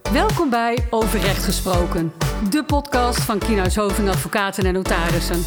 Welkom bij Over Recht Gesproken, de podcast van Kienhuis Hoving Advocaten en Notarissen.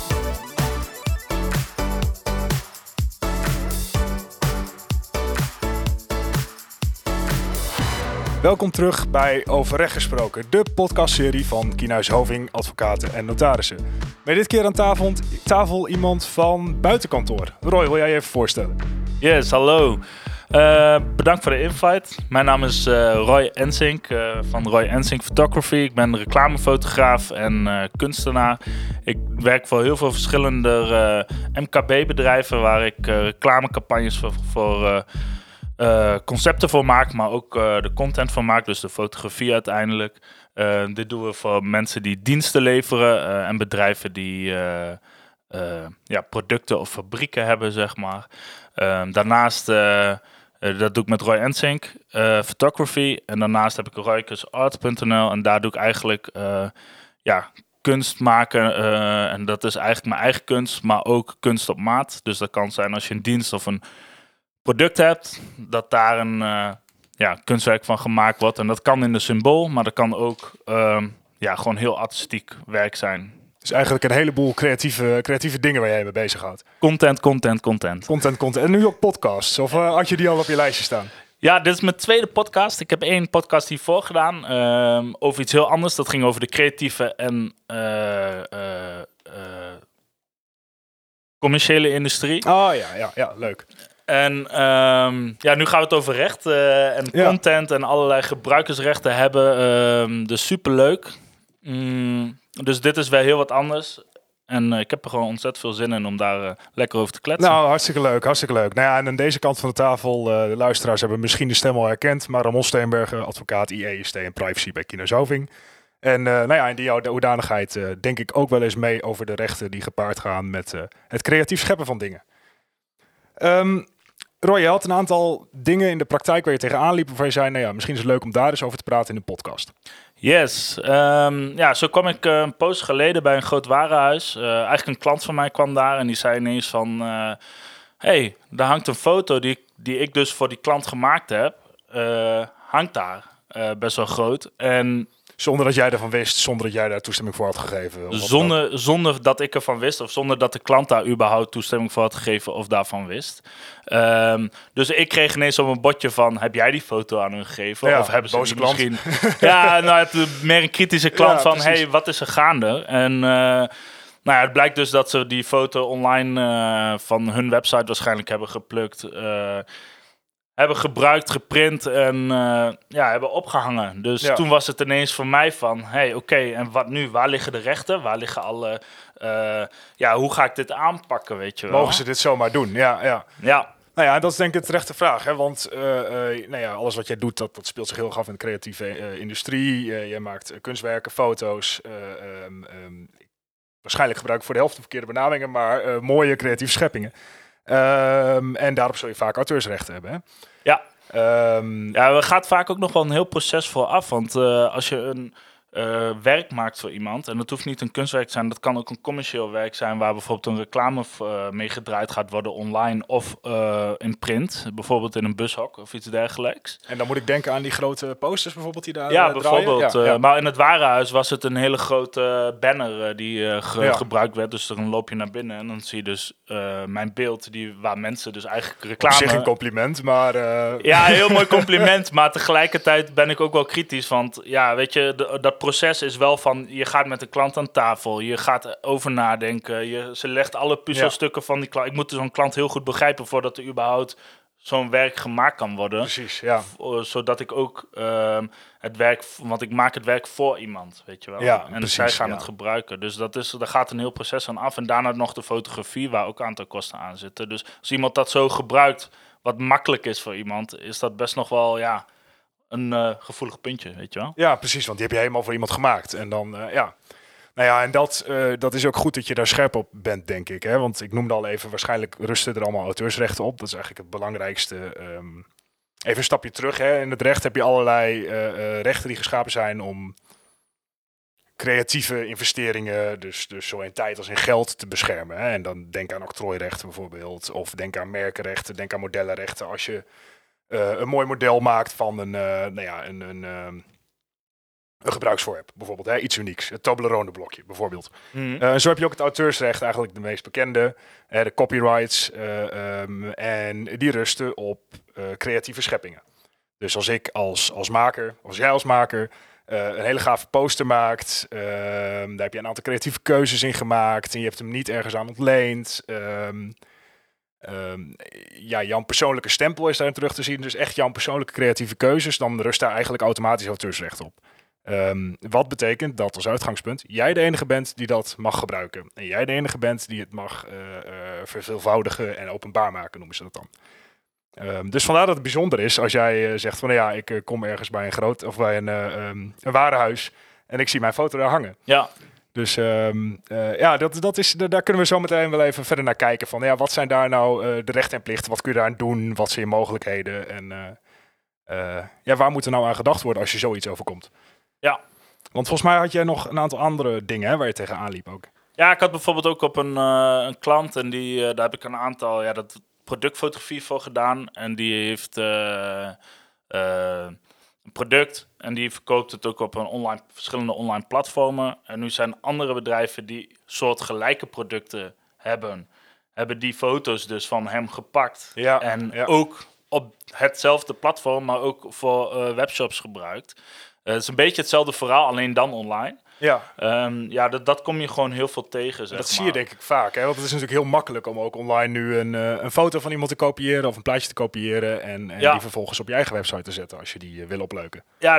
Welkom terug bij Over Recht Gesproken, de podcastserie van Kienhuis Hoving Advocaten en Notarissen. Met dit keer aan tafel iemand van buitenkantoor. Roy, wil jij je even voorstellen? Yes, hallo. Bedankt voor de invite. Mijn naam is Roy Ensink van Roy Ensink Photography. Ik ben reclamefotograaf en kunstenaar. Ik werk voor heel veel verschillende MKB-bedrijven waar ik reclamecampagnes voor concepten voor maak, maar ook de content voor maak, dus de fotografie uiteindelijk. Dit doen we voor mensen die diensten leveren en bedrijven die producten of fabrieken hebben, zeg maar. Daarnaast, dat doe ik met Roy Ensink, Photography. En daarnaast heb ik roykusart.nl en daar doe ik eigenlijk kunst maken. En dat is eigenlijk mijn eigen kunst, maar ook kunst op maat. Dus dat kan zijn als je een dienst of een product hebt, dat daar een kunstwerk van gemaakt wordt. En dat kan in de symbool, maar dat kan ook gewoon heel artistiek werk zijn. Dus eigenlijk een heleboel creatieve dingen waar jij mee bezighoudt. Content. En nu ook podcasts, of had je die al op je lijstje staan? Ja, dit is mijn tweede podcast. Ik heb 1 podcast hiervoor gedaan over iets heel anders. Dat ging over de creatieve en commerciële industrie. Oh ja, leuk. En nu gaan we het over recht en content en allerlei gebruikersrechten hebben. Dus superleuk. Dus dit is wel heel wat anders. En ik heb er gewoon ontzettend veel zin in om daar lekker over te kletsen. Nou, hartstikke leuk. Nou ja, en aan deze kant van de tafel, de luisteraars hebben misschien de stem al herkend, maar Ramon Steenbergen, advocaat IE-IST en privacy bij Kienhuis Hoving. En in die hoedanigheid denk ik ook wel eens mee over de rechten die gepaard gaan met het creatief scheppen van dingen. Roy, je had een aantal dingen in de praktijk waar je tegenaan liep, waarvan je zei, misschien is het leuk om daar eens over te praten in de podcast. Yes. Zo kwam ik een poos geleden bij een groot warenhuis. Eigenlijk een klant van mij kwam daar en die zei ineens van, hey, daar hangt een foto die ik dus voor die klant gemaakt heb. Hangt daar best wel groot. En zonder dat jij ervan wist, zonder dat jij daar toestemming voor had gegeven? Zonder dat ik ervan wist, of zonder dat de klant daar überhaupt toestemming voor had gegeven of daarvan wist. Dus ik kreeg ineens op een bordje van, heb jij die foto aan hun gegeven? Ja, of hebben ze boze misschien... meer een kritische klant van, hey, wat is er gaande? En het blijkt dus dat ze die foto online van hun website waarschijnlijk hebben geplukt, hebben gebruikt, geprint en hebben opgehangen. Dus toen was het ineens voor mij van, oké, en wat nu? Waar liggen de rechten? Waar liggen alle... hoe ga ik dit aanpakken, weet je wel? Mogen ze dit zomaar doen? Ja. Nou ja, dat is denk ik de terechte vraag. Hè? Want alles wat jij doet, dat speelt zich heel erg af in de creatieve industrie. Jij maakt kunstwerken, foto's. Waarschijnlijk gebruik ik voor de helft de verkeerde benamingen, maar mooie creatieve scheppingen. En daarop zul je vaak auteursrechten hebben, hè? Ja. Er gaat vaak ook nog wel een heel proces vooraf. Want als je een werk maakt voor iemand, en dat hoeft niet een kunstwerk te zijn, dat kan ook een commercieel werk zijn waar bijvoorbeeld een reclame mee gedraaid gaat worden online of in print, bijvoorbeeld in een bushok of iets dergelijks. En dan moet ik denken aan die grote posters bijvoorbeeld die daar bijvoorbeeld. draaien. Maar in het warenhuis was het een hele grote banner die gebruikt werd. Dus dan loop je naar binnen en dan zie je dus mijn beeld waar mensen dus eigenlijk reclame... Op zich een compliment, maar... Ja, heel mooi compliment, maar tegelijkertijd ben ik ook wel kritisch, want weet je, dat proces is wel van, je gaat met de klant aan tafel, je gaat over nadenken, ze legt alle puzzelstukken van die klant. Ik moet dus zo'n klant heel goed begrijpen voordat er überhaupt zo'n werk gemaakt kan worden. Precies, ja. Zodat ik ook het werk, want ik maak het werk voor iemand, weet je wel. Ja, en precies, zij gaan het gebruiken. Dus daar gaat een heel proces aan af. En daarna nog de fotografie, waar ook een aantal kosten aan zitten. Dus als iemand dat zo gebruikt, wat makkelijk is voor iemand, is dat best nog wel, een gevoelig puntje, weet je wel. Ja, precies, want die heb je helemaal voor iemand gemaakt. En dan, en dat is ook goed dat je daar scherp op bent, denk ik. Hè? Want ik noemde al even, waarschijnlijk rusten er allemaal auteursrechten op. Dat is eigenlijk het belangrijkste. Even een stapje terug. Hè? In het recht heb je allerlei rechten die geschapen zijn om creatieve investeringen, dus zowel in tijd als in geld, te beschermen. Hè? En dan denk aan octrooirechten bijvoorbeeld, of denk aan merkenrechten, denk aan modellenrechten. Als je een mooi model maakt van een een gebruiksvoorwerp, bijvoorbeeld. Iets unieks. Het Toblerone blokje, bijvoorbeeld. Zo heb je ook het auteursrecht, eigenlijk de meest bekende. De copyrights. En die rusten op creatieve scheppingen. Dus als ik als maker, als jij als maker... een hele gave poster maakt. Daar heb je een aantal creatieve keuzes in gemaakt. En je hebt hem niet ergens aan ontleend. Jouw persoonlijke stempel is daarin terug te zien. Dus echt jouw persoonlijke creatieve keuzes. Dan rust daar eigenlijk automatisch auteursrecht op. Wat betekent dat als uitgangspunt jij de enige bent die dat mag gebruiken. En jij de enige bent die het mag verveelvoudigen en openbaar maken, noemen ze dat dan. Dus vandaar dat het bijzonder is als jij zegt van ik kom ergens bij een groot of bij een warenhuis en ik zie mijn foto daar hangen. Ja. Dus dat is, daar kunnen we zo meteen wel even verder naar kijken van wat zijn daar nou de rechten en plichten, wat kun je daar aan doen, wat zijn je mogelijkheden en waar moet er nou aan gedacht worden als je zoiets overkomt? Ja. Want volgens mij had jij nog een aantal andere dingen waar je tegenaan liep ook. Ja, ik had bijvoorbeeld ook op een klant en daar heb ik een aantal productfotografie voor gedaan. En die heeft een product en die verkoopt het ook op verschillende online platformen. En nu zijn andere bedrijven die soortgelijke producten hebben die foto's dus van hem gepakt. En ook op hetzelfde platform, maar ook voor webshops gebruikt. Het is een beetje hetzelfde verhaal, alleen dan online. Ja, dat kom je gewoon heel veel tegen. Dat zie je denk ik vaak. Hè? Want het is natuurlijk heel makkelijk om ook online nu een foto van iemand te kopiëren of een plaatje te kopiëren en die vervolgens op je eigen website te zetten als je die wil opleuken. Ja,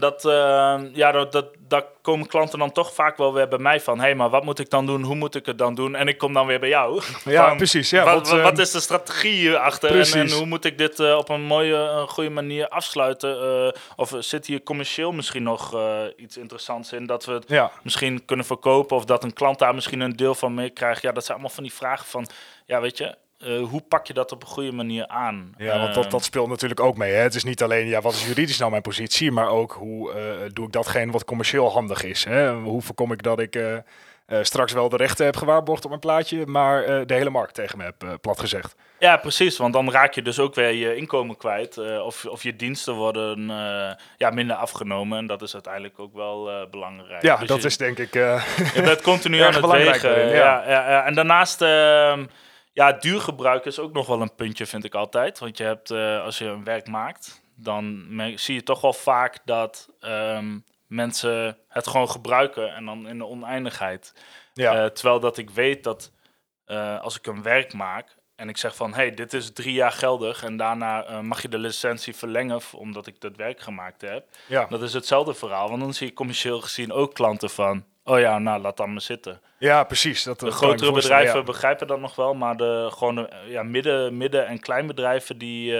daar komen klanten dan toch vaak wel weer bij mij van, maar wat moet ik dan doen? Hoe moet ik het dan doen? En ik kom dan weer bij jou. Ja, precies. Ja, wat is de strategie hierachter? En hoe moet ik dit op een goede manier afsluiten? Of zit hier commercieel misschien nog iets interessants in dat we het misschien kunnen verkopen of dat een klant daar misschien een deel van meekrijgt. Ja, dat zijn allemaal van die vragen van, weet je, hoe pak je dat op een goede manier aan? Ja, want dat speelt natuurlijk ook mee. Hè? Het is niet alleen, wat is juridisch nou mijn positie, maar ook hoe doe ik datgene wat commercieel handig is. Hè? Hoe voorkom ik dat ik straks wel de rechten heb gewaarborgd op mijn plaatje, maar de hele markt tegen me heb, plat gezegd. Ja, precies, want dan raak je dus ook weer je inkomen kwijt. Of je diensten worden minder afgenomen. En dat is uiteindelijk ook wel belangrijk. Ja, dus dat is denk ik... je bent continu aan het wegen. Ja. En daarnaast, duurgebruik is ook nog wel een puntje, vind ik altijd. Want je hebt, als je een werk maakt, dan zie je toch wel vaak dat mensen het gewoon gebruiken en dan in de oneindigheid. Terwijl dat ik weet dat als ik een werk maak en ik zeg van, dit is 3 jaar geldig en daarna mag je de licentie verlengen omdat ik dat werk gemaakt heb. Ja. Dat is hetzelfde verhaal, want dan zie je commercieel gezien ook klanten van, laat dan maar zitten. Ja, precies. De grotere bedrijven begrijpen dat nog wel, maar de midden- en kleinbedrijven die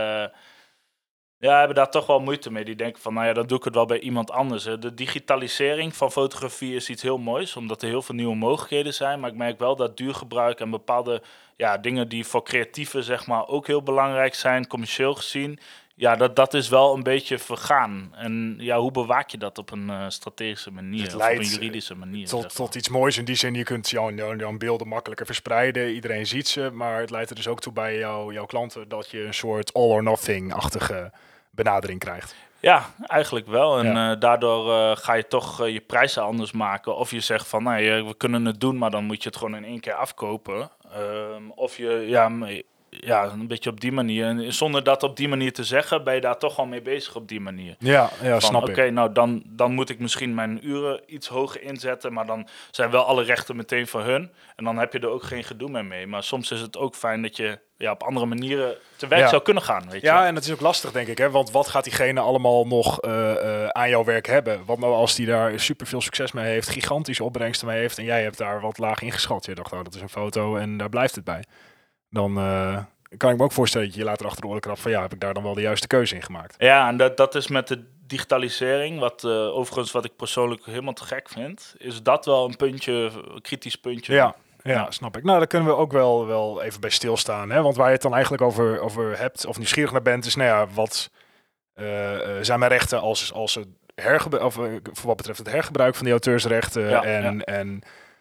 hebben daar toch wel moeite mee. Die denken van, dan doe ik het wel bij iemand anders. Hè. De digitalisering van fotografie is iets heel moois, omdat er heel veel nieuwe mogelijkheden zijn. Maar ik merk wel dat duurgebruik en bepaalde dingen die voor creatieven zeg maar ook heel belangrijk zijn, commercieel gezien, dat is wel een beetje vergaan. En hoe bewaak je dat op een strategische manier, of op een juridische manier? Tot iets moois in die zin, je kunt jouw beelden makkelijker verspreiden, iedereen ziet ze, maar het leidt er dus ook toe bij jouw klanten dat je een soort all-or-nothing-achtige benadering krijgt. Ja, eigenlijk wel. En daardoor ga je toch je prijzen anders maken. Of je zegt van, we kunnen het doen, maar dan moet je het gewoon in 1 keer afkopen. Of je, een beetje op die manier. En zonder dat op die manier te zeggen, ben je daar toch al mee bezig op die manier. Ja, snap ik. Oké, dan moet ik misschien mijn uren iets hoger inzetten, maar dan zijn wel alle rechten meteen van hun. En dan heb je er ook geen gedoe meer mee. Maar soms is het ook fijn dat je op andere manieren te werk zou kunnen gaan. Weet je? Ja, en het is ook lastig, denk ik. Hè? Want wat gaat diegene allemaal nog aan jouw werk hebben? Wat nou als die daar super veel succes mee heeft, gigantische opbrengsten mee heeft en jij hebt daar wat laag ingeschat. Je dacht, dat is een foto en daar blijft het bij. Dan kan ik me ook voorstellen dat je later achter de oren krabt van heb ik daar dan wel de juiste keuze in gemaakt. Ja, en dat is met de digitalisering, overigens wat ik persoonlijk helemaal te gek vind, is dat wel een kritisch puntje. Ja, snap ik. Nou, daar kunnen we ook wel even bij stilstaan. Hè? Want waar je het dan eigenlijk over hebt, of nieuwsgierig naar bent, is wat zijn mijn rechten als het voor wat betreft het hergebruik van die auteursrechten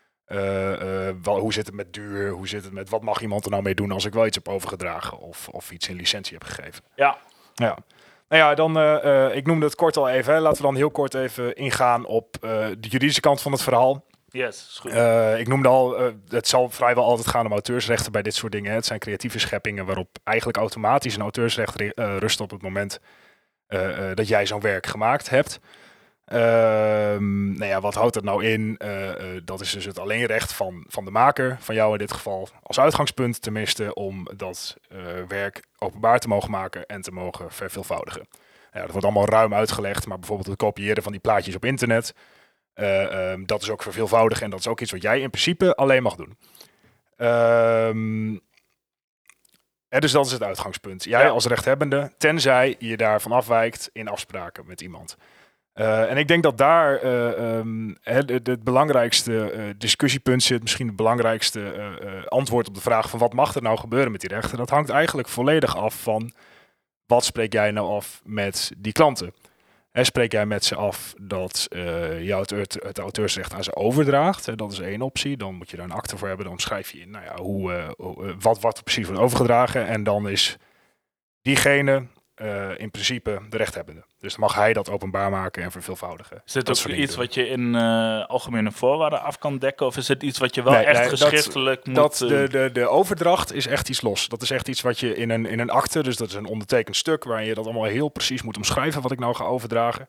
hoe zit het met duur? Hoe zit het met wat mag iemand er nou mee doen als ik wel iets heb overgedragen of iets in licentie heb gegeven? Ja. Nou Nou ja, dan, ik noemde het kort al even. Hè. Laten we dan heel kort even ingaan op de juridische kant van het verhaal. Yes, is goed. Ik noemde al, het zal vrijwel altijd gaan om auteursrechten bij dit soort dingen. Hè. Het zijn creatieve scheppingen waarop eigenlijk automatisch een auteursrecht rust op het moment dat jij zo'n werk gemaakt hebt. Nou ja, wat houdt dat nou in? Dat is dus het alleenrecht van de maker, van jou in dit geval, als uitgangspunt tenminste, om dat werk openbaar te mogen maken en te mogen verveelvoudigen. Ja, dat wordt allemaal ruim uitgelegd, maar bijvoorbeeld het kopiëren van die plaatjes op internet, dat is ook verveelvoudigen en dat is ook iets wat jij in principe alleen mag doen. Dus dat is het uitgangspunt. Jij als rechthebbende, tenzij je daarvan afwijkt in afspraken met iemand. En ik denk dat daar het belangrijkste discussiepunt zit, misschien het belangrijkste antwoord op de vraag van wat mag er nou gebeuren met die rechten. Dat hangt eigenlijk volledig af van wat spreek jij nou af met die klanten. Spreek jij met ze af dat je het auteursrecht aan ze overdraagt? Dat is één optie. Dan moet je daar een akte voor hebben. Dan schrijf je in nou ja, wat er precies wordt overgedragen. En dan is diegene in principe de rechthebbende. Dus dan mag hij dat openbaar maken en verveelvoudigen. Is dit ook iets wat je in algemene voorwaarden af kan dekken? Of is het iets wat je wel geschriftelijk moet... De overdracht is echt iets los. Dat is echt iets wat je in een akte, dus dat is een ondertekend stuk, waarin je dat allemaal heel precies moet omschrijven wat ik nou ga overdragen.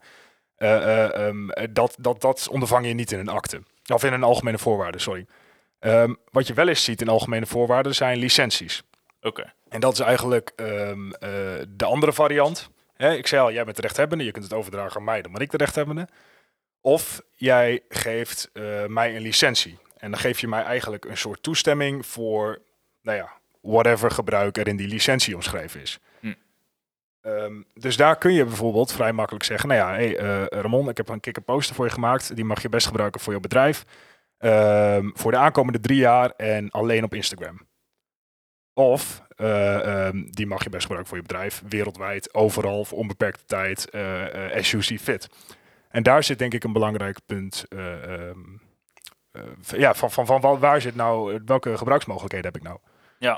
Dat ondervang je niet in een akte. Of in een algemene voorwaarde, sorry. Wat je wel eens ziet in algemene voorwaarden zijn licenties. Oké. En dat is eigenlijk de andere variant. Ik zei al, jij bent de rechthebbende, je kunt het overdragen aan mij, dan ben ik de rechthebbende. Of jij geeft mij een licentie. En dan geef je mij eigenlijk een soort toestemming voor, nou ja, whatever gebruik er in die licentie omschreven is. Dus daar kun je bijvoorbeeld vrij makkelijk zeggen, nou ja, Ramon, ik heb een kikker poster voor je gemaakt, die mag je best gebruiken voor je bedrijf. Voor de aankomende 3 jaar en alleen op Instagram. Of die mag je best gebruiken voor je bedrijf, wereldwijd, overal, voor onbeperkte tijd, as you see fit. En daar zit denk ik een belangrijk punt. Van waar zit nou, welke gebruiksmogelijkheden heb ik nou? Ja.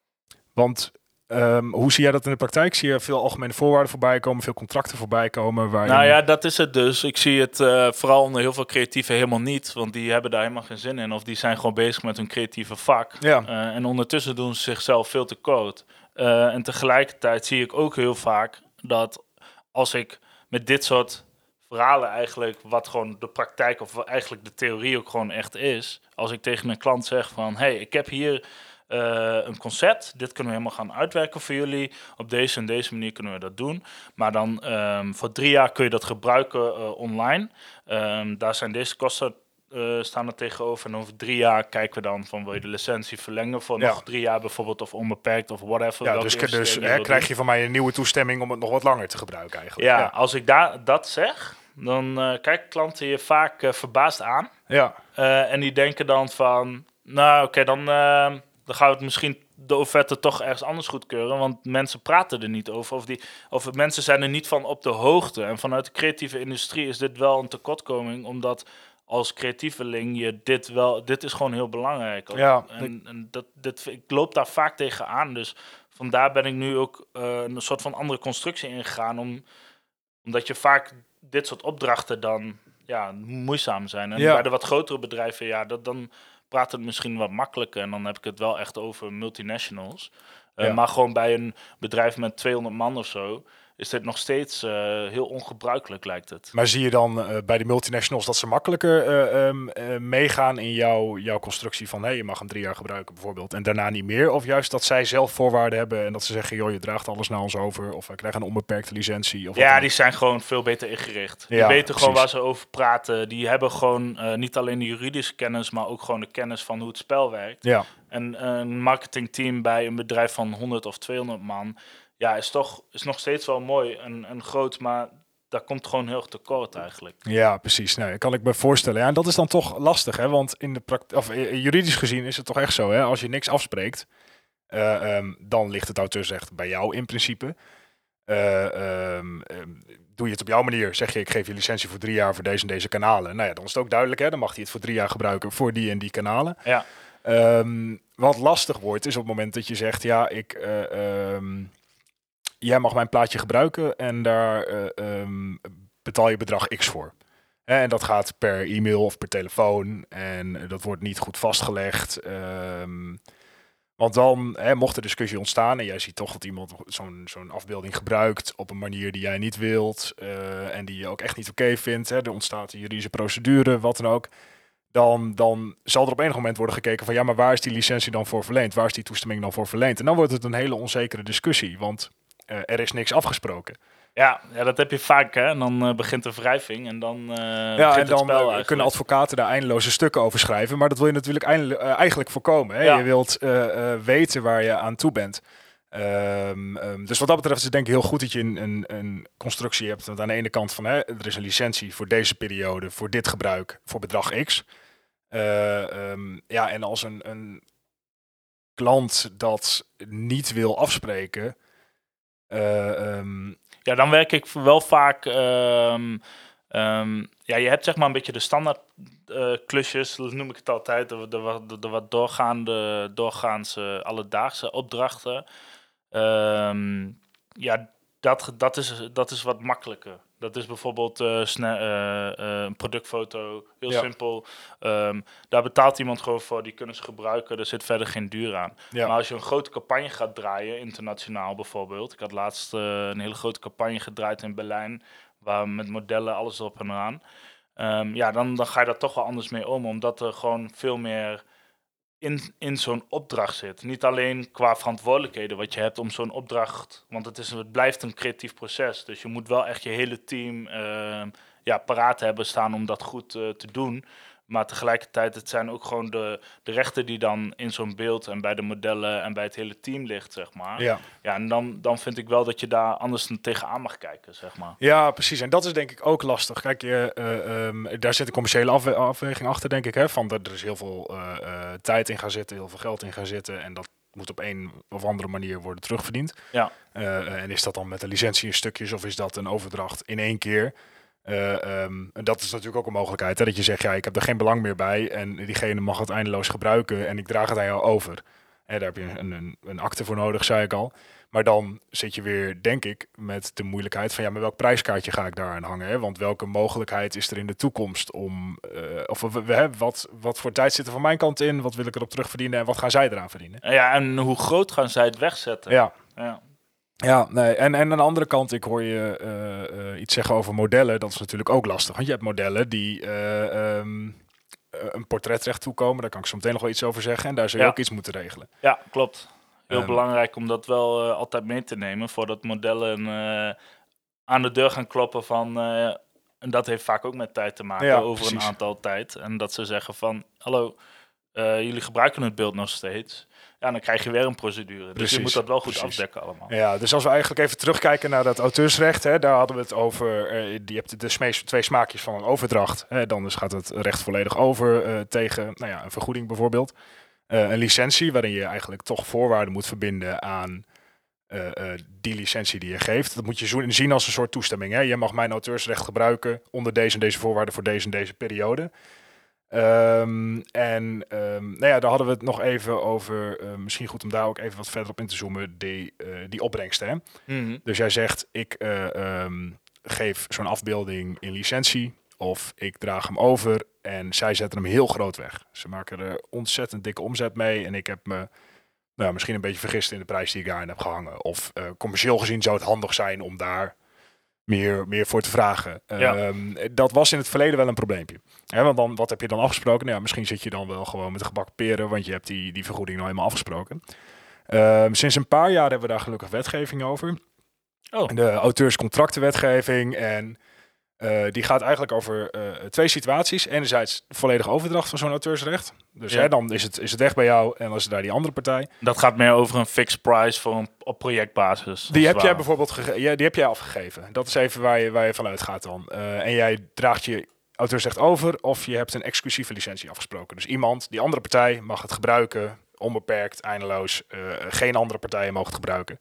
Want hoe zie jij dat in de praktijk? Zie je veel algemene voorwaarden voorbij komen, veel contracten voorbij komen? Nou ja, dat is het dus. Ik zie het vooral onder heel veel creatieven helemaal niet, want die hebben daar helemaal geen zin in. Of die zijn gewoon bezig met hun creatieve vak. Ja. En ondertussen doen ze zichzelf veel te kort. En tegelijkertijd zie ik ook heel vaak dat als ik met dit soort verhalen eigenlijk, wat gewoon de praktijk of eigenlijk de theorie ook gewoon echt is, als ik tegen een klant zeg van, hey, ik heb hier een concept, dit kunnen we helemaal gaan uitwerken voor jullie. Op deze en deze manier kunnen we dat doen. Maar dan voor 3 jaar kun je dat gebruiken online. Daar zijn deze kosten staan er tegenover. En over 3 jaar kijken we dan van, wil je de licentie verlengen voor nog 3 jaar bijvoorbeeld, of onbeperkt of whatever. Ja, dus krijg je van mij een nieuwe toestemming om het nog wat langer te gebruiken eigenlijk. Ja, als ik dat zeg, dan kijken klanten je vaak verbaasd aan. Ja. En die denken dan van, nou oké, dan gaan we het misschien de offerte toch ergens anders goedkeuren, want mensen praten er niet over. Of mensen zijn er niet van op de hoogte. En vanuit de creatieve industrie is dit wel een tekortkoming, omdat als creatieveling je dit is gewoon heel belangrijk. Ja. En ik loop daar vaak tegen aan. Dus vandaar ben ik nu ook een soort van andere constructie ingegaan, omdat je vaak dit soort opdrachten dan moeizaam zijn. En bij de wat grotere bedrijven, dan praat het misschien wat makkelijker. En dan heb ik het wel echt over multinationals. Maar gewoon bij een bedrijf met 200 man of zo is dit nog steeds heel ongebruikelijk, lijkt het. Maar zie je dan bij de multinationals dat ze makkelijker meegaan in jouw constructie van, je mag hem 3 jaar gebruiken bijvoorbeeld en daarna niet meer? Of juist dat zij zelf voorwaarden hebben en dat ze zeggen, joh, je draagt alles naar ons over, of wij krijgen een onbeperkte licentie? Of die zijn gewoon veel beter ingericht. Die weten gewoon waar ze over praten. Die hebben gewoon niet alleen de juridische kennis, maar ook gewoon de kennis van hoe het spel werkt. Ja. En een marketingteam bij een bedrijf van 100 of 200 man... Ja, is nog steeds wel mooi en groot, maar daar komt gewoon heel erg tekort eigenlijk. Ja, precies. Nou, kan ik me voorstellen. Ja, en dat is dan toch lastig, hè? Want juridisch gezien is het toch echt zo, hè? Als je niks afspreekt, dan ligt het auteursrecht bij jou in principe. Doe je het op jouw manier, zeg je, ik geef je licentie voor 3 jaar voor deze en deze kanalen. Nou ja, dan is het ook duidelijk, hè? Dan mag hij het voor 3 jaar gebruiken voor die en die kanalen. Ja. Wat lastig wordt, is op het moment dat je zegt, jij mag mijn plaatje gebruiken en daar betaal je bedrag X voor. En dat gaat per e-mail of per telefoon en dat wordt niet goed vastgelegd. Want dan mocht er discussie ontstaan en jij ziet toch dat iemand zo'n afbeelding gebruikt op een manier die jij niet wilt en die je ook echt niet oké vindt. Er ontstaat een juridische procedure, wat dan ook. Dan zal er op enig moment worden gekeken van ja, maar waar is die licentie dan voor verleend? Waar is die toestemming dan voor verleend? En dan wordt het een hele onzekere discussie, want er is niks afgesproken. Ja, dat heb je vaak, hè. En dan begint de wrijving en dan en begint het spel dan eigenlijk. kunnen advocaten daar eindeloze stukken over schrijven. Maar dat wil je natuurlijk eigenlijk voorkomen. Hè? Ja. Je wilt weten waar je aan toe bent. Dus wat dat betreft is het denk ik heel goed dat je een constructie hebt. Want aan de ene kant van er is een licentie voor deze periode, voor dit gebruik, voor bedrag X. En als een klant dat niet wil afspreken. Ja, dan werk ik wel vaak. Je hebt zeg maar een beetje de standaard klusjes, dat noem ik het altijd. De wat doorgaanse alledaagse opdrachten. Dat is wat makkelijker. Dat is bijvoorbeeld een productfoto, heel simpel. Daar betaalt iemand gewoon voor, die kunnen ze gebruiken. Er zit verder geen duur aan. Ja. Maar als je een grote campagne gaat draaien, internationaal bijvoorbeeld. Ik had laatst een hele grote campagne gedraaid in Berlijn, waar met modellen alles erop en eraan. Dan ga je daar toch wel anders mee om, omdat er gewoon veel meer in zo'n opdracht zit. Niet alleen qua verantwoordelijkheden wat je hebt om zo'n opdracht, want het blijft een creatief proces. Dus je moet wel echt je hele team paraat hebben staan om dat goed te doen. Maar tegelijkertijd, het zijn ook gewoon de rechten die dan in zo'n beeld en bij de modellen en bij het hele team ligt, zeg maar. Ja, en dan vind ik wel dat je daar anders tegenaan mag kijken, zeg maar. Ja, precies. En dat is denk ik ook lastig. Kijk, daar zit een commerciële afweging achter, denk ik. Van er is heel veel tijd in gaan zitten, heel veel geld in gaan zitten. En dat moet op een of andere manier worden terugverdiend. Ja. En is dat dan met een licentie in stukjes of is dat een overdracht in één keer? Dat is natuurlijk ook een mogelijkheid. Hè? Dat je zegt, ja, ik heb er geen belang meer bij en diegene mag het eindeloos gebruiken en ik draag het aan jou over. Daar heb je een akte voor nodig, zei ik al. Maar dan zit je weer, denk ik, met de moeilijkheid van ja, maar welk prijskaartje ga ik daar aan hangen? Hè? Want welke mogelijkheid is er in de toekomst om, wat voor tijd zit er van mijn kant in? Wat wil ik erop terugverdienen en wat gaan zij eraan verdienen? Ja, en hoe groot gaan zij het wegzetten? Ja. Ja, nee. En aan de andere kant, ik hoor je iets zeggen over modellen. Dat is natuurlijk ook lastig. Want je hebt modellen die een portretrecht toekomen. Daar kan ik zo meteen nog wel iets over zeggen. En daar zul je ook iets moeten regelen. Ja, klopt. Heel belangrijk om dat wel altijd mee te nemen. Voordat modellen aan de deur gaan kloppen van... en dat heeft vaak ook met tijd te maken, over precies. Een aantal tijd. En dat ze zeggen van... Hallo, jullie gebruiken het beeld nog steeds... Ja, dan krijg je weer een procedure. Dus precies, je moet dat wel goed afdekken allemaal. Ja, dus als we eigenlijk even terugkijken naar dat auteursrecht, daar hadden we het over, je hebt de twee smaakjes van een overdracht. Dan dus gaat het recht volledig over tegen een vergoeding bijvoorbeeld. Een licentie waarin je eigenlijk toch voorwaarden moet verbinden aan die licentie die je geeft. Dat moet je zien als een soort toestemming. Hè? Je mag mijn auteursrecht gebruiken onder deze en deze voorwaarden voor deze en deze periode. Daar hadden we het nog even over, misschien goed om daar ook even wat verder op in te zoomen, die opbrengsten. Hè? Mm-hmm. Dus jij zegt, ik geef zo'n afbeelding in licentie of ik draag hem over en zij zetten hem heel groot weg. Ze maken er ontzettend dikke omzet mee en ik heb me misschien een beetje vergist in de prijs die ik daarin heb gehangen. Of commercieel gezien zou het handig zijn om daar meer voor te vragen. Dat was in het verleden wel een probleempje. Want dan, wat heb je dan afgesproken? Misschien zit je dan wel gewoon met de gebakken peren, want je hebt die vergoeding nou helemaal afgesproken. Sinds een paar jaar hebben we daar gelukkig wetgeving over. De auteurscontractenwetgeving. En die gaat eigenlijk over twee situaties. Enerzijds volledig overdracht van zo'n auteursrecht. Dus dan is het weg bij jou en was het daar die andere partij. Dat gaat meer over een fixed price voor op projectbasis. Die heb jij bijvoorbeeld die heb jij afgegeven. Dat is even waar je vanuit gaat dan. En jij draagt je auteursrecht over of je hebt een exclusieve licentie afgesproken. Dus die andere partij mag het gebruiken, onbeperkt, eindeloos. Geen andere partijen mogen het gebruiken.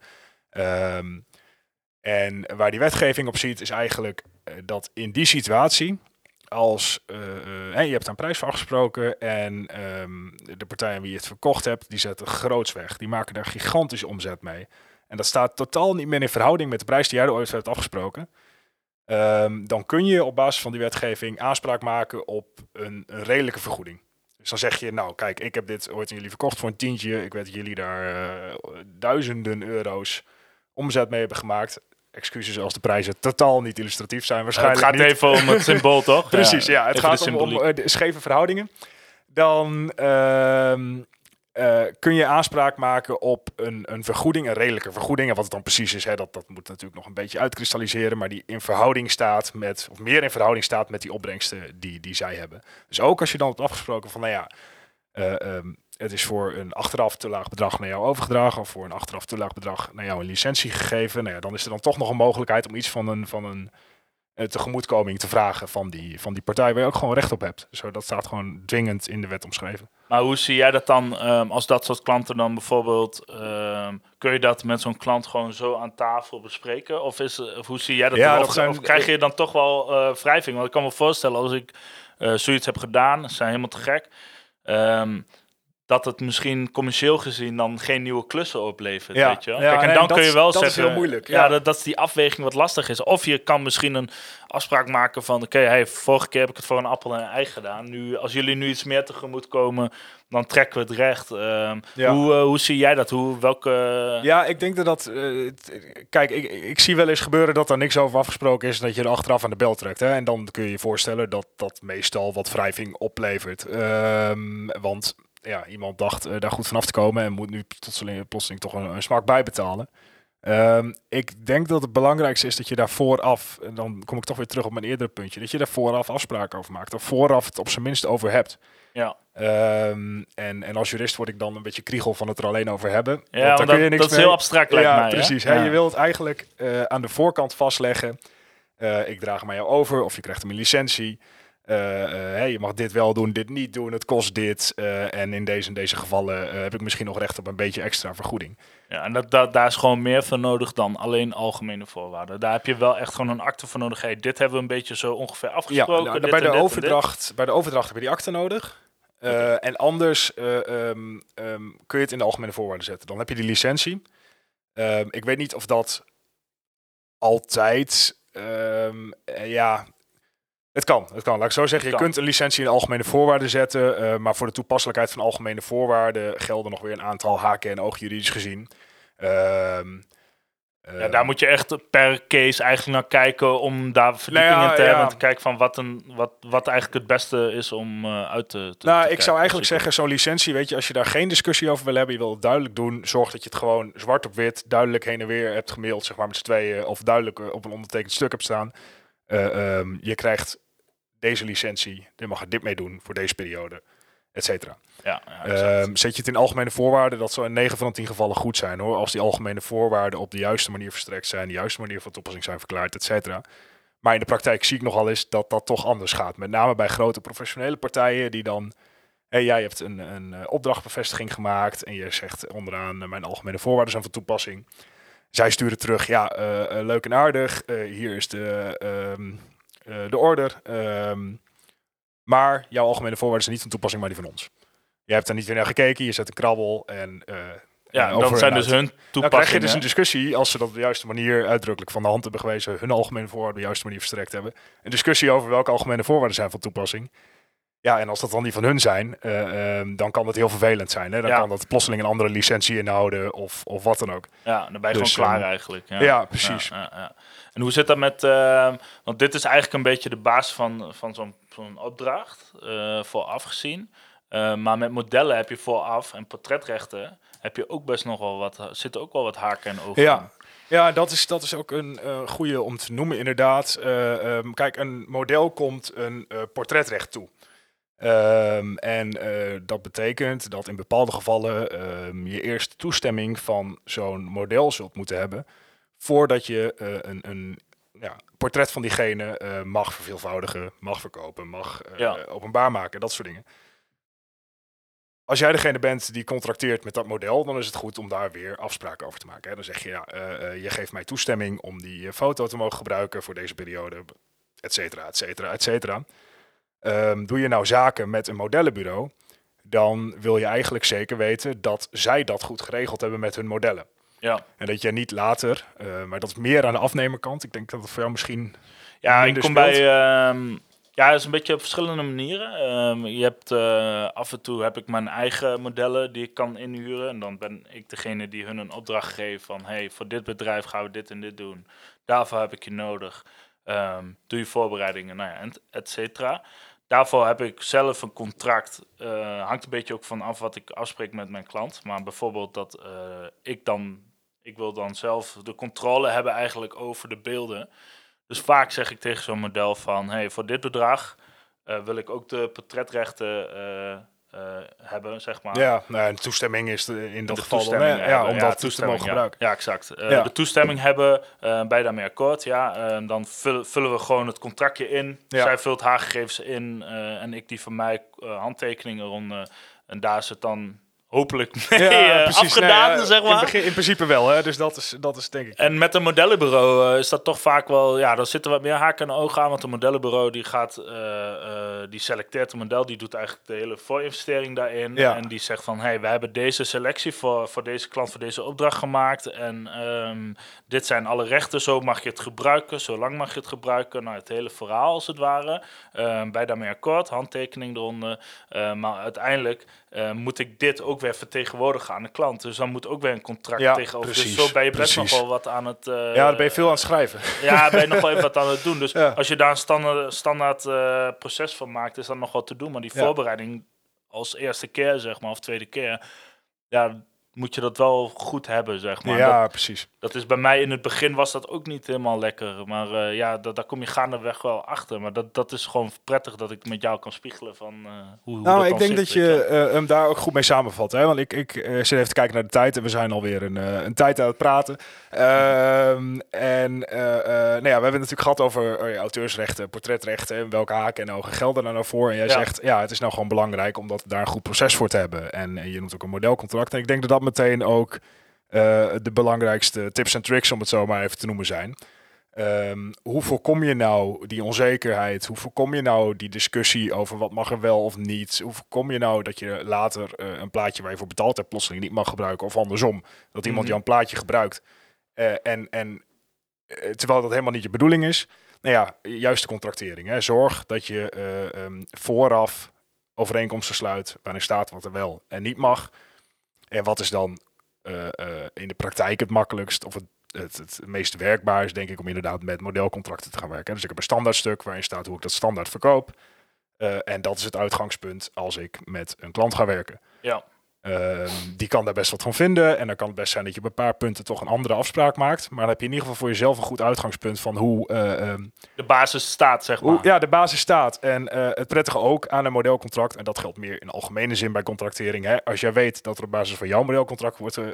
En waar die wetgeving op ziet is eigenlijk dat in die situatie, als je hebt een prijs voor afgesproken en de partij aan wie je het verkocht hebt, die zetten groots weg. Die maken daar gigantische omzet mee. en dat staat totaal niet meer in verhouding met de prijs die jij er ooit hebt afgesproken, dan kun je op basis van die wetgeving aanspraak maken op een redelijke vergoeding. Dus dan zeg je, nou kijk, ik heb dit ooit aan jullie verkocht voor een $10. Ik weet dat jullie daar duizenden euro's omzet mee hebben gemaakt. Excuses als de prijzen totaal niet illustratief zijn waarschijnlijk het gaat niet. even om het symbool, toch? Precies, ja. Het gaat om de scheve verhoudingen. Dan kun je aanspraak maken op een vergoeding, een redelijke vergoeding. En wat het dan precies is, dat moet natuurlijk nog een beetje uitkristalliseren. Maar die in verhouding staat met, of meer in verhouding staat met die opbrengsten die zij hebben. Dus ook als je dan hebt afgesproken van, het is voor een achteraf te laag bedrag naar jou overgedragen, of voor een achteraf te laag bedrag naar jou een licentie gegeven. Nou ja, dan is er dan toch nog een mogelijkheid om iets van een tegemoetkoming te vragen van die partij waar je ook gewoon recht op hebt. Zo, dat staat gewoon dwingend in de wet omschreven. Maar hoe zie jij dat dan als dat soort klanten dan bijvoorbeeld, kun je dat met zo'n klant gewoon zo aan tafel bespreken? Of hoe zie jij dat? Ja, of krijg je dan toch wel wrijving? Want ik kan me voorstellen, als ik zoiets heb gedaan, ze zijn helemaal te gek, dat het misschien commercieel gezien dan geen nieuwe klussen oplevert, weet je wel? Ja, kijk, en dan kun je wel dat zeggen, is heel moeilijk. Ja, dat is die afweging wat lastig is. Of je kan misschien een afspraak maken van, oké, vorige keer heb ik het voor een appel en een ei gedaan. Nu, als jullie nu iets meer tegemoet komen, dan trekken we het recht. Hoe zie jij dat? Ja, ik denk dat kijk, ik zie wel eens gebeuren dat er niks over afgesproken is en dat je er achteraf aan de bel trekt. Hè? En dan kun je je voorstellen dat dat meestal wat wrijving oplevert. Want ja, iemand dacht daar goed vanaf te komen en moet nu plotseling toch een smak bijbetalen. Ik denk dat het belangrijkste is dat je daar vooraf, en dan kom ik toch weer terug op mijn eerdere puntje, dat je daar vooraf afspraken over maakt. Of vooraf het op zijn minst over hebt. Ja. En als jurist word ik dan een beetje kriegel van het er alleen over hebben. Ja, daar kun je niks dat is heel abstract lijkt mij. Precies. Hè? Ja. Je wilt het eigenlijk aan de voorkant vastleggen. Ik draag hem aan jou over of je krijgt hem een licentie. Je mag dit wel doen, dit niet doen, het kost dit. En in deze gevallen heb ik misschien nog recht op een beetje extra vergoeding. Ja, en daar is gewoon meer voor nodig dan alleen algemene voorwaarden. Daar heb je wel echt gewoon een akte voor nodig. Hey, dit hebben we een beetje zo ongeveer afgesproken. Ja, bij de overdracht heb je die akte nodig. En anders kun je het in de algemene voorwaarden zetten. Dan heb je die licentie. Ik weet niet of dat altijd... Het kan. Laat ik zo zeggen. Je kunt een licentie in de algemene voorwaarden zetten. Maar voor de toepasselijkheid van algemene voorwaarden gelden nog weer een aantal haken en ogen juridisch gezien. Daar moet je echt per case eigenlijk naar kijken om daar verdieping in te hebben. En te kijken van wat eigenlijk het beste is om uit te kijken. Ik zou eigenlijk zeggen, zo'n licentie, weet je, als je daar geen discussie over wil hebben, je wil het duidelijk doen, zorg dat je het gewoon zwart op wit, duidelijk heen en weer hebt gemaild, zeg maar met z'n tweeën, of duidelijk op een ondertekend stuk hebt staan. Je krijgt deze licentie, je mag er dit mee doen voor deze periode, et cetera. Zet je het in algemene voorwaarden, dat zou in 9 van de 10 gevallen goed zijn, hoor. Als die algemene voorwaarden op de juiste manier verstrekt zijn, de juiste manier van toepassing zijn verklaard, et cetera. Maar in de praktijk zie ik nogal eens dat dat toch anders gaat. Met name bij grote professionele partijen die dan... jij hebt een opdrachtbevestiging gemaakt en je zegt onderaan mijn algemene voorwaarden zijn van toepassing. Zij sturen terug, leuk en aardig, hier is de order. Maar jouw algemene voorwaarden zijn niet van toepassing, maar die van ons. Je hebt daar niet weer naar gekeken, je zet een krabbel en... dan zijn dus hun toepassingen. Dan krijg je dus een discussie, als ze dat op de juiste manier uitdrukkelijk van de hand hebben gewezen, hun algemene voorwaarden op de juiste manier verstrekt hebben. Een discussie over welke algemene voorwaarden zijn van toepassing. Ja, en als dat dan die van hun zijn, dan kan dat heel vervelend zijn. Hè? Dan kan dat plotseling een andere licentie inhouden of wat dan ook. Ja, dan ben je gewoon klaar eigenlijk. Ja, precies. Ja. En hoe zit dat met... want dit is eigenlijk een beetje de basis van zo'n opdracht, vooraf gezien. Maar met modellen heb je vooraf en portretrechten heb je ook best nog wel zitten ook wel wat haken en ogen. Ja, dat is ook een goede om te noemen inderdaad. Kijk, een model komt een portretrecht toe. Dat betekent dat in bepaalde gevallen je eerst toestemming van zo'n model zult moeten hebben voordat je een portret van diegene mag verveelvoudigen, mag verkopen, mag openbaar maken, dat soort dingen. Als jij degene bent die contracteert met dat model, dan is het goed om daar weer afspraken over te maken. Hè? Dan zeg je, je geeft mij toestemming om die foto te mogen gebruiken voor deze periode, et cetera, et cetera, et cetera. Doe je nou zaken met een modellenbureau, dan wil je eigenlijk zeker weten dat zij dat goed geregeld hebben met hun modellen. Ja. En dat je niet later, maar dat is meer aan de afnemerkant. Ik denk dat het voor jou misschien Ja, ik minder kom speelt. bij... ja, dat is een beetje op verschillende manieren. Je hebt af en toe heb ik mijn eigen modellen die ik kan inhuren. En dan ben ik degene die hun een opdracht geeft van... hey, voor dit bedrijf gaan we dit en dit doen. Daarvoor heb ik je nodig. Doe je voorbereidingen, nou ja, et cetera. Daarvoor heb ik zelf een contract. Hangt een beetje ook van af wat ik afspreek met mijn klant. Maar bijvoorbeeld dat ik wil dan zelf de controle hebben eigenlijk over de beelden. Dus vaak zeg ik tegen zo'n model van... hey, voor dit bedrag wil ik ook de portretrechten hebben, zeg maar. Ja, nou, en toestemming is in dat De geval dan, toestemming hè? Ja, hebben. om Ja, dat te mogen gebruiken. Ja, exact. Ja. De toestemming hebben, ben je daarmee akkoord? Ja, dan vullen we gewoon het contractje in. Ja. Zij vult haar gegevens in en ik die van mij handtekeningen eronder. En daar is het dan hopelijk mee afgedaan, Nee, zeg maar. In principe wel, hè? Dus dat is denk ik... En met een modellenbureau is dat toch vaak wel... Ja, dan zitten wat meer haken en ogen aan. Want een modellenbureau die selecteert een model. Die doet eigenlijk de hele voorinvestering daarin. Ja. En die zegt van... Hey, we hebben deze selectie voor deze klant, voor deze opdracht gemaakt. En dit zijn alle rechten. Zo mag je het gebruiken. Zo lang mag je het gebruiken. Nou, het hele verhaal als het ware. Ben je daarmee akkoord? Handtekening eronder. Maar uiteindelijk moet ik dit ook weer vertegenwoordigen aan de klant. Dus dan moet ook weer een contract tegenover. Precies, Dus zo ben je best precies. nog wel wat aan het... ja, dan ben je veel aan het schrijven. Ja, ben je nog wel even wat aan het doen. Dus Ja. als je daar een standaard proces van maakt, is dat nog wat te doen. Maar die voorbereiding als eerste keer, zeg maar, of tweede keer... Ja, moet je dat wel goed hebben, zeg maar. Ja, precies. Dat is bij mij in het begin was dat ook niet helemaal lekker. Maar daar kom je gaandeweg wel achter. Maar dat is gewoon prettig dat ik met jou kan spiegelen van hoe Nou, dat ik dan denk zit, dat je hem daar ook goed mee samenvat. Hè? Want ik zit even te kijken naar de tijd en we zijn alweer een tijd aan het praten. Nou ja, we hebben het natuurlijk gehad over auteursrechten, portretrechten en welke haken en ogen gelden daar nou voor. En jij zegt, ja, het is nou gewoon belangrijk om daar een goed proces voor te hebben. En je noemt ook een modelcontract. En ik denk dat dat meteen ook de belangrijkste tips en tricks, om het zo maar even te noemen, zijn. Hoe voorkom je nou die onzekerheid? Hoe voorkom je nou die discussie over wat mag er wel of niet? Hoe voorkom je nou dat je later een plaatje waar je voor betaald hebt plotseling niet mag gebruiken? Of andersom, dat iemand jouw plaatje gebruikt terwijl dat helemaal niet je bedoeling is. Nou ja, juiste contractering. Hè. Zorg dat je vooraf overeenkomsten sluit waarin staat wat er wel en niet mag. En wat is dan in de praktijk het makkelijkst of het meest werkbaar is, denk ik, om inderdaad met modelcontracten te gaan werken. Dus ik heb een standaard stuk waarin staat hoe ik dat standaard verkoop. En dat is het uitgangspunt als ik met een klant ga werken. Ja. Die kan daar best wat van vinden. En dan kan het best zijn dat je op een paar punten toch een andere afspraak maakt. Maar dan heb je in ieder geval voor jezelf een goed uitgangspunt van hoe... de basis staat, zeg maar. Ja, de basis staat. En het prettige ook aan een modelcontract, en dat geldt meer in algemene zin bij contractering. Hè, als jij weet dat er op basis van jouw modelcontract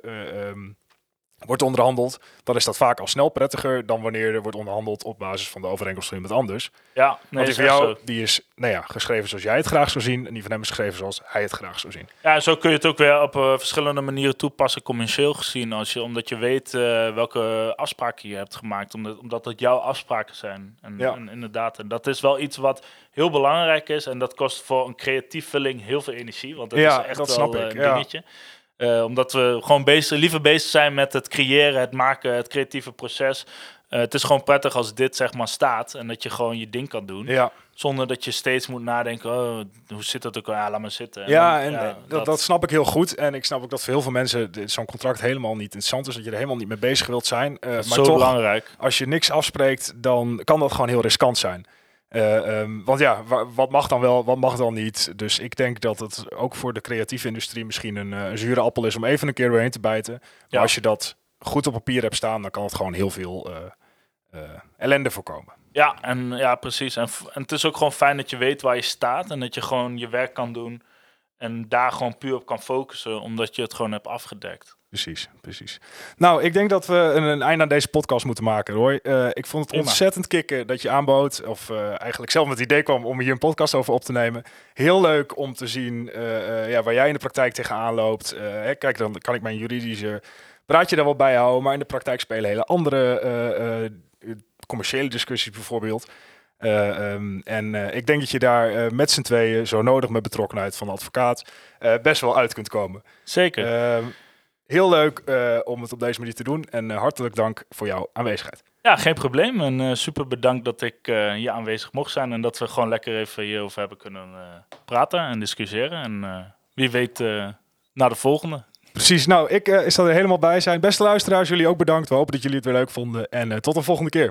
wordt onderhandeld, dan is dat vaak al snel prettiger dan wanneer er wordt onderhandeld op basis van de overeenkomst van iemand anders. Ja, nee, Want die is van echt jou, zo. die is geschreven zoals jij het graag zou zien, en die van hem is geschreven zoals hij het graag zou zien. Ja, en zo kun je het ook weer op verschillende manieren toepassen, commercieel gezien. Omdat je weet welke afspraken je hebt gemaakt. Omdat het jouw afspraken zijn. En inderdaad, en dat is wel iets wat heel belangrijk is. En dat kost voor een creatieveling heel veel energie. Want dat is echt dat wel snap ik. een dingetje. Omdat we gewoon liever bezig zijn met het creëren, het maken, het creatieve proces. Het is gewoon prettig als dit, zeg maar, staat. En dat je gewoon je ding kan doen. Ja. Zonder dat je steeds moet nadenken, hoe zit dat ook? Ja, laat maar zitten. Dat snap ik heel goed. En ik snap ook dat voor heel veel mensen zo'n contract helemaal niet interessant is. Dat je er helemaal niet mee bezig wilt zijn. Maar zo toch, belangrijk. Als je niks afspreekt, dan kan dat gewoon heel riskant zijn. Want ja, wat mag dan wel, wat mag dan niet? Dus ik denk dat het ook voor de creatieve industrie misschien een zure appel is om even een keer doorheen te bijten. Maar als je dat goed op papier hebt staan, dan kan het gewoon heel veel ellende voorkomen. Ja, precies. En het is ook gewoon fijn dat je weet waar je staat en dat je gewoon je werk kan doen en daar gewoon puur op kan focussen, omdat je het gewoon hebt afgedekt. Precies. Nou, ik denk dat we een einde aan deze podcast moeten maken, Roy. Ik vond het ontzettend kicken dat je aanbood, of eigenlijk zelf met het idee kwam om hier een podcast over op te nemen. Heel leuk om te zien waar jij in de praktijk tegenaan loopt. Kijk, dan kan ik mijn juridische praatje daar wel bij houden, maar in de praktijk spelen hele andere commerciële discussies bijvoorbeeld. Ik denk dat je daar met z'n tweeën, zo nodig met betrokkenheid van de advocaat, best wel uit kunt komen. Zeker. Heel leuk om het op deze manier te doen. En hartelijk dank voor jouw aanwezigheid. Ja, geen probleem. En super bedankt dat ik hier aanwezig mocht zijn. En dat we gewoon lekker even hierover hebben kunnen praten en discussiëren. En wie weet naar de volgende. Precies, nou, ik zal er helemaal bij zijn. Beste luisteraars, jullie ook bedankt. We hopen dat jullie het weer leuk vonden. En tot de volgende keer.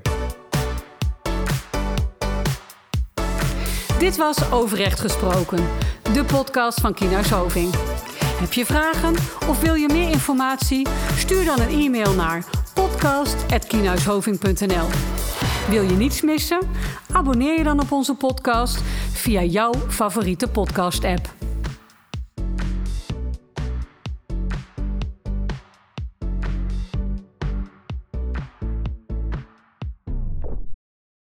Dit was Overrecht Gesproken, de podcast van Kienhuis Hoving. Heb je vragen of wil je meer informatie? Stuur dan een e-mail naar podcast@kienhuishoving.nl. Wil je niets missen? Abonneer je dan op onze podcast via jouw favoriete podcast-app.